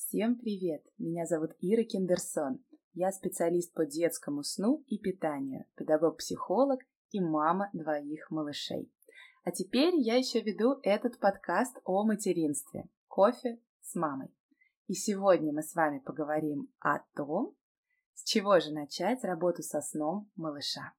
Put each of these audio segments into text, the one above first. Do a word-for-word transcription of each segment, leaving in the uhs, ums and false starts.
Всем привет! Меня зовут Ира Киндерсон. Я специалист по детскому сну и питанию, педагог-психолог и мама двоих малышей. А теперь я еще веду этот подкаст о материнстве «Кофе с мамой». И сегодня мы с вами поговорим о том, с чего же начать работу со сном малыша.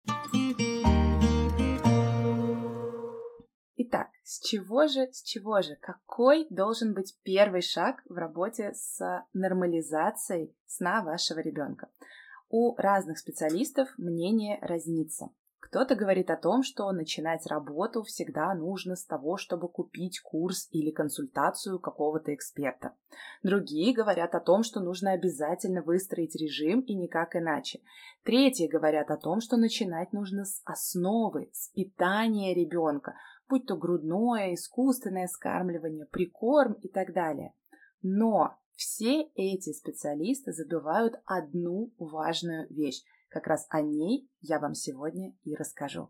Итак, с чего же, с чего же, какой должен быть первый шаг в работе с нормализацией сна вашего ребенка? У разных специалистов мнение разнится. Кто-то говорит о том, что начинать работу всегда нужно с того, чтобы купить курс или консультацию какого-то эксперта. Другие говорят о том, что нужно обязательно выстроить режим и никак иначе. Третьи говорят о том, что начинать нужно с основы, с питания ребенка, будь то грудное, искусственное скармливание, прикорм и так далее. Но все эти специалисты забывают одну важную вещь. Как раз о ней я вам сегодня и расскажу.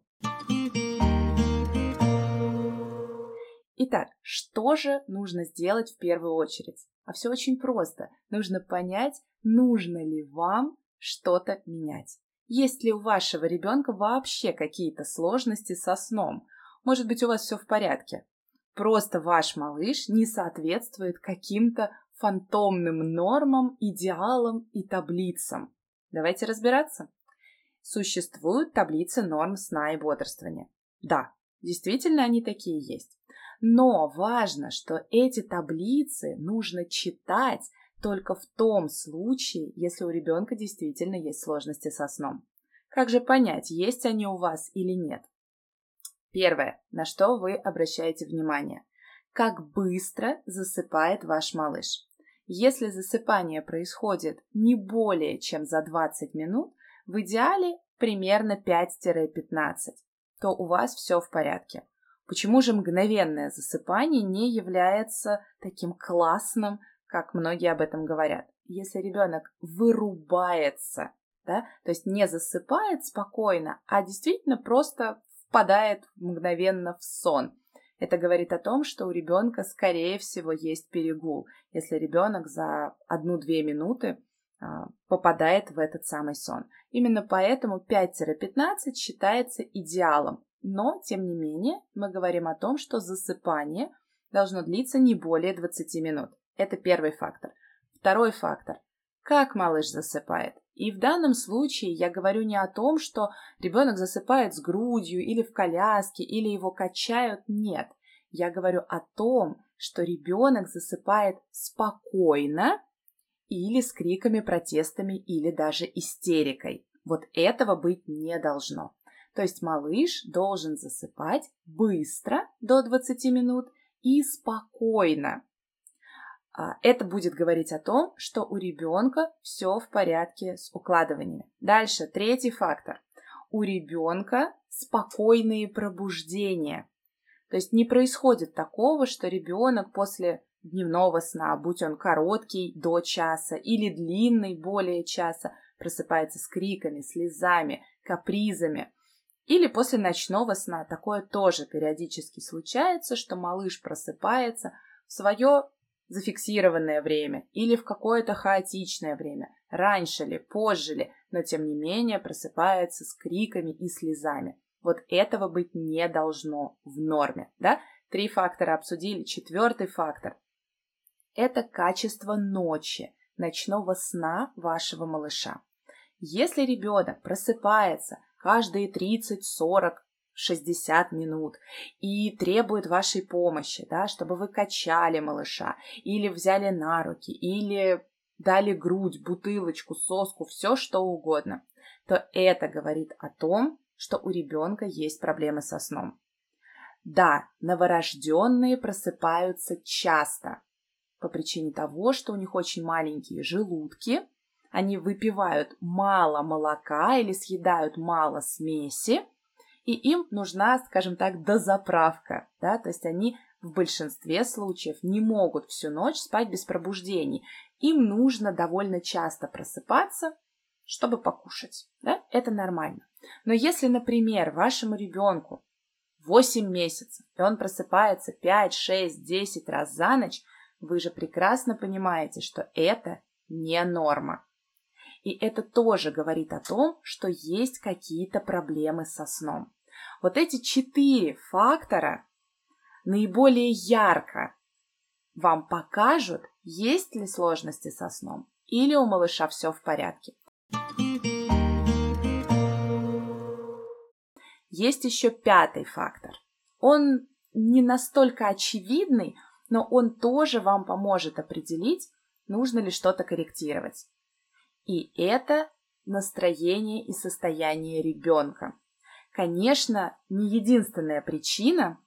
Итак, что же нужно сделать в первую очередь? А все очень просто. Нужно понять, нужно ли вам что-то менять. Есть ли у вашего ребенка вообще какие-то сложности со сном? Может быть, у вас все в порядке. Просто ваш малыш не соответствует каким-то фантомным нормам, идеалам и таблицам. Давайте разбираться. Существуют таблицы норм сна и бодрствования. Да, действительно они такие есть. Но важно, что эти таблицы нужно читать только в том случае, если у ребенка действительно есть сложности со сном. Как же понять, есть они у вас или нет? Первое, на что вы обращаете внимание. Как быстро засыпает ваш малыш. Если засыпание происходит не более чем за двадцать минут, в идеале примерно пять-пятнадцать, то у вас все в порядке. Почему же мгновенное засыпание не является таким классным, как многие об этом говорят? Если ребенок вырубается, да, то есть не засыпает спокойно, а действительно просто впадает мгновенно в сон. Это говорит о том, что у ребенка, скорее всего, есть перегул, если ребенок за одну-две минуты а, попадает в этот самый сон. Именно поэтому пять-пятнадцать считается идеалом. Но, тем не менее, мы говорим о том, что засыпание должно длиться не более двадцати минут. Это первый фактор. Второй фактор. Как малыш засыпает? И в данном случае я говорю не о том, что ребенок засыпает с грудью или в коляске, или его качают. Нет. Я говорю о том, что ребенок засыпает спокойно или с криками, протестами или даже истерикой. Вот этого быть не должно. То есть малыш должен засыпать быстро, до двадцати минут, и спокойно. Это будет говорить о том, что у ребенка все в порядке с укладываниями. Дальше, третий фактор. У ребенка спокойные пробуждения. То есть не происходит такого, что ребенок после дневного сна, будь он короткий до часа или длинный более часа, просыпается с криками, слезами, капризами. Или после ночного сна такое тоже периодически случается, что малыш просыпается в свое зафиксированное время или в какое-то хаотичное время, раньше ли, позже ли, но тем не менее просыпается с криками и слезами. Вот этого быть не должно в норме, да? Три фактора обсудили. Четвертый фактор – это качество ночи, ночного сна вашего малыша. Если ребенок просыпается каждые тридцать, сорок, шестьдесят минут и требует вашей помощи, да, чтобы вы качали малыша, или взяли на руки, или дали грудь, бутылочку, соску, все что угодно, то это говорит о том, что у ребенка есть проблемы со сном. Да, новорожденные просыпаются часто по причине того, что у них очень маленькие желудки, они выпивают мало молока или съедают мало смеси, и им нужна, скажем так, дозаправка, да, то есть они в большинстве случаев не могут всю ночь спать без пробуждений. Им нужно довольно часто просыпаться, чтобы покушать, да, это нормально. Но если, например, вашему ребенку восемь месяцев, и он просыпается пять, шесть, десять раз за ночь, Вы же прекрасно понимаете, что это не норма. И это тоже говорит о том, что есть какие-то проблемы со сном. Вот эти четыре фактора наиболее ярко вам покажут, есть ли сложности со сном или у малыша все в порядке. Есть еще пятый фактор. Он не настолько очевидный, но он тоже вам поможет определить, нужно ли что-то корректировать. И это настроение и состояние ребенка. Конечно, не единственная причина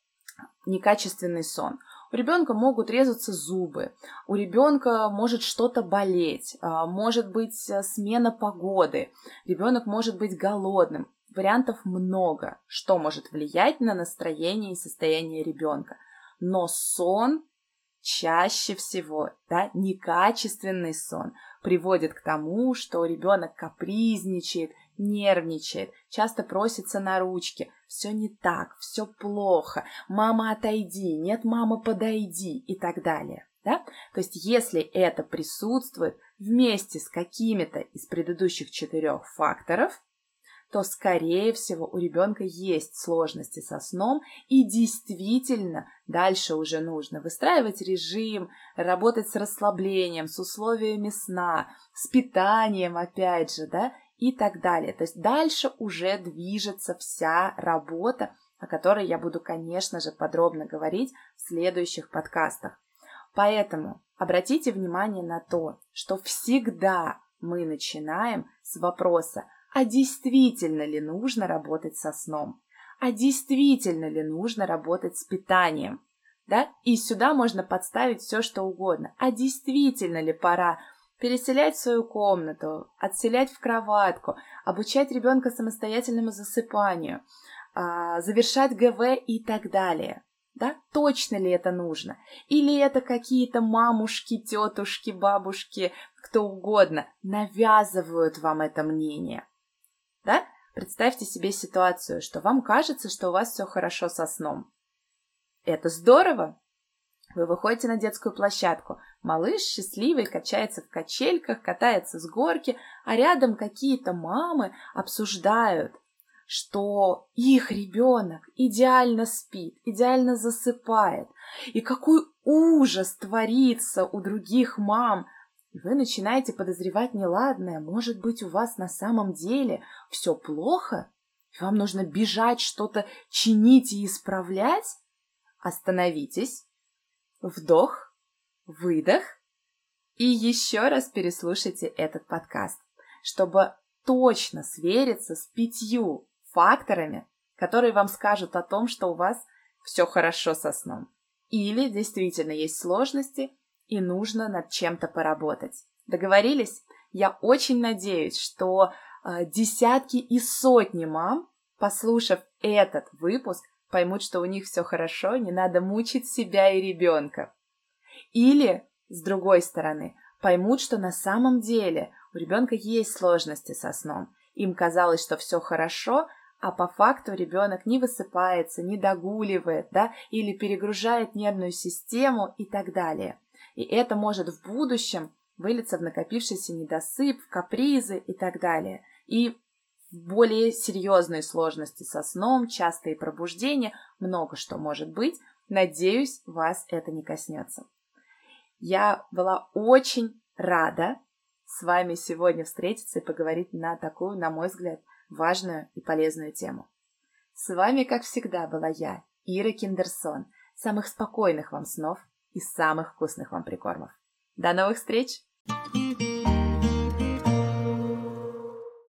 – некачественный сон. У ребенка могут резаться зубы, у ребенка может что-то болеть, может быть смена погоды, ребенок может быть голодным. Вариантов много, что может влиять на настроение и состояние ребенка. Но сон чаще всего, да, некачественный сон приводит к тому, что ребенок капризничает, нервничает, часто просится на ручки. Все не так, все плохо. Мама, отойди, нет, мама, подойди и так далее. Да? То есть, если это присутствует вместе с какими-то из предыдущих четырех факторов, то, скорее всего, у ребенка есть сложности со сном, и действительно дальше уже нужно выстраивать режим, работать с расслаблением, с условиями сна, с питанием, опять же, да, и так далее. То есть дальше уже движется вся работа, о которой я буду, конечно же, подробно говорить в следующих подкастах. Поэтому обратите внимание на то, что всегда мы начинаем с вопроса: а действительно ли нужно работать со сном? А действительно ли нужно работать с питанием? Да? И сюда можно подставить все, что угодно. А действительно ли пора переселять в свою комнату, отселять в кроватку, обучать ребенка самостоятельному засыпанию, завершать ГВ и так далее? Да? Точно ли это нужно? Или это какие-то мамушки, тетушки, бабушки, кто угодно навязывают вам это мнение? Да? Представьте себе ситуацию, что вам кажется, что у вас все хорошо со сном. Это здорово! Вы выходите на детскую площадку, малыш счастливый качается в качельках, катается с горки, а рядом какие-то мамы обсуждают, что их ребенок идеально спит, идеально засыпает, и какой ужас творится у других мам. И вы начинаете подозревать неладное. Может быть, у вас на самом деле все плохо? И вам нужно бежать, что-то чинить и исправлять? Остановитесь. Вдох, выдох. И еще раз переслушайте этот подкаст, чтобы точно свериться с пятью факторами, которые вам скажут о том, что у вас все хорошо со сном. Или действительно есть сложности, и нужно над чем-то поработать. Договорились? Я очень надеюсь, что э, десятки и сотни мам, послушав этот выпуск, поймут, что у них все хорошо, не надо мучить себя и ребенка. Или, с другой стороны, поймут, что на самом деле у ребенка есть сложности со сном. Им казалось, что все хорошо, а по факту ребенок не высыпается, не догуливает, да, или перегружает нервную систему и так далее. И это может в будущем вылиться в накопившийся недосып, в капризы и так далее. И в более серьезные сложности со сном, частые пробуждения, много что может быть. Надеюсь, вас это не коснется. Я была очень рада с вами сегодня встретиться и поговорить на такую, на мой взгляд, важную и полезную тему. С вами, как всегда, была я, Ира Киндерсон. Самых спокойных вам снов и самых вкусных вам прикормов. До новых встреч!